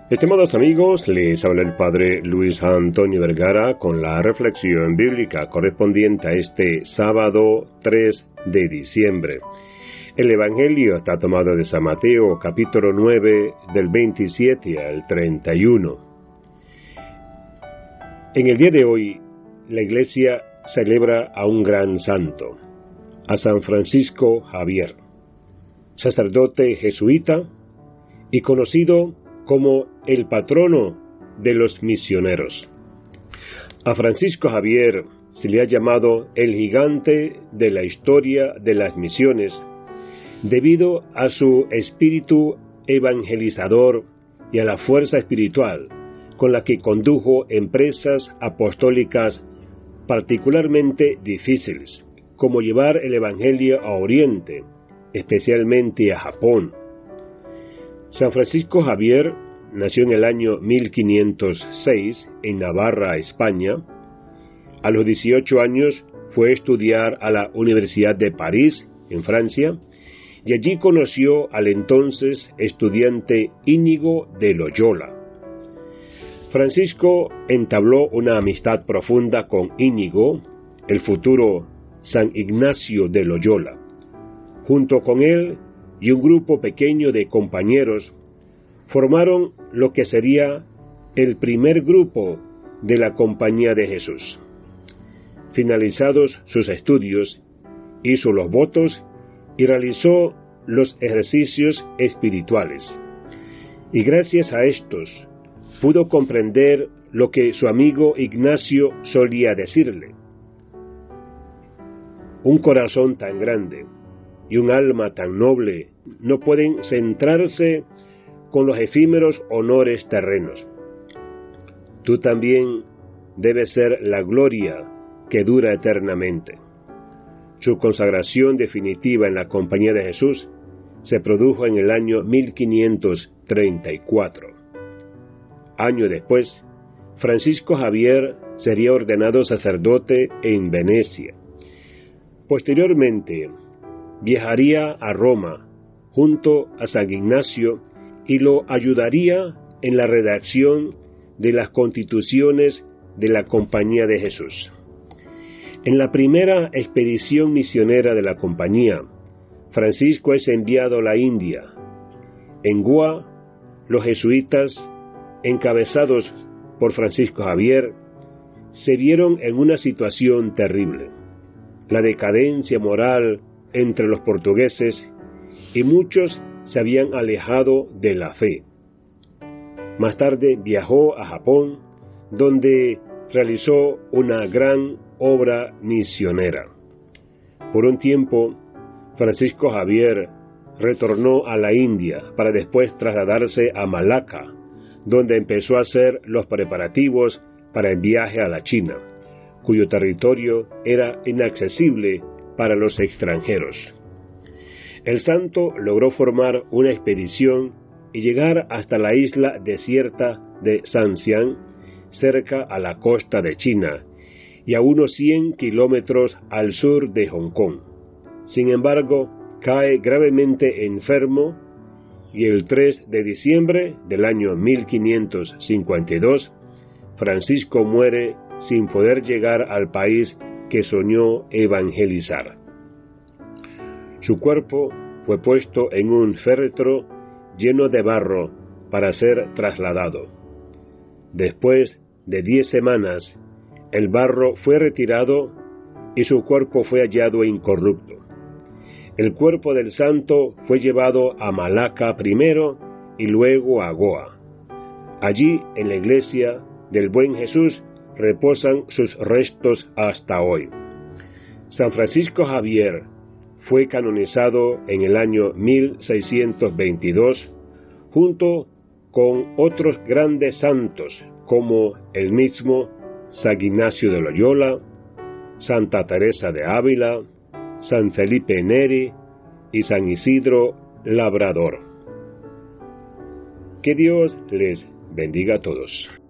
Estimados amigos, les habla el Padre Luis Antonio Vergara con la reflexión bíblica correspondiente a este sábado 3 de diciembre. El Evangelio está tomado de San Mateo, capítulo 9, del 27 al 31. En el día de hoy, la Iglesia celebra a un gran santo, a San Francisco Javier, sacerdote jesuita y conocido como el patrono de los misioneros. A Francisco Javier se le ha llamado el gigante de la historia de las misiones, debido a su espíritu evangelizador y a la fuerza espiritual con la que condujo empresas apostólicas particularmente difíciles, como llevar el Evangelio a Oriente, especialmente a Japón. San Francisco Javier nació en el año 1506 en Navarra, España. A los 18 años fue a estudiar a la Universidad de París, en Francia, y allí conoció al entonces estudiante Íñigo de Loyola. Francisco entabló una amistad profunda con Íñigo, el futuro San Ignacio de Loyola. Junto con él y un grupo pequeño de compañeros, formaron lo que sería el primer grupo de la Compañía de Jesús. Finalizados sus estudios, hizo los votos y realizó los ejercicios espirituales. Y gracias a estos, pudo comprender lo que su amigo Ignacio solía decirle: un corazón tan grande y un alma tan noble no pueden centrarse con los efímeros honores terrenos. Tú también debes ser la gloria que dura eternamente. Su consagración definitiva en la Compañía de Jesús se produjo en el año 1534. Año después, Francisco Javier sería ordenado sacerdote en Venecia. Posteriormente, viajaría a Roma junto a San Ignacio y lo ayudaría en la redacción de las constituciones de la Compañía de Jesús. En la primera expedición misionera de la Compañía, Francisco es enviado a la India. En Goa, los jesuitas, encabezados por Francisco Javier, se vieron en una situación terrible: la decadencia moral entre los portugueses, y muchos se habían alejado de la fe. Más tarde viajó a Japón, donde realizó una gran obra misionera. Por un tiempo, Francisco Javier retornó a la India para después trasladarse a Malaca, donde empezó a hacer los preparativos para el viaje a la China, cuyo territorio era inaccesible para los extranjeros. El santo logró formar una expedición y llegar hasta la isla desierta de Sanxiang, cerca a la costa de China, y a unos 100 kilómetros al sur de Hong Kong. Sin embargo, cae gravemente enfermo y el 3 de diciembre del año 1552, Francisco muere sin poder llegar al país que soñó evangelizar. Su cuerpo fue puesto en un féretro lleno de barro para ser trasladado. Después de 10 semanas, el barro fue retirado y su cuerpo fue hallado incorrupto. El cuerpo del santo fue llevado a Malaca primero y luego a Goa. Allí, en la iglesia del Buen Jesús, reposan sus restos hasta hoy. San Francisco Javier fue canonizado en el año 1622, junto con otros grandes santos como el mismo San Ignacio de Loyola, Santa Teresa de Ávila, San Felipe Neri y San Isidro Labrador. Que Dios les bendiga a todos.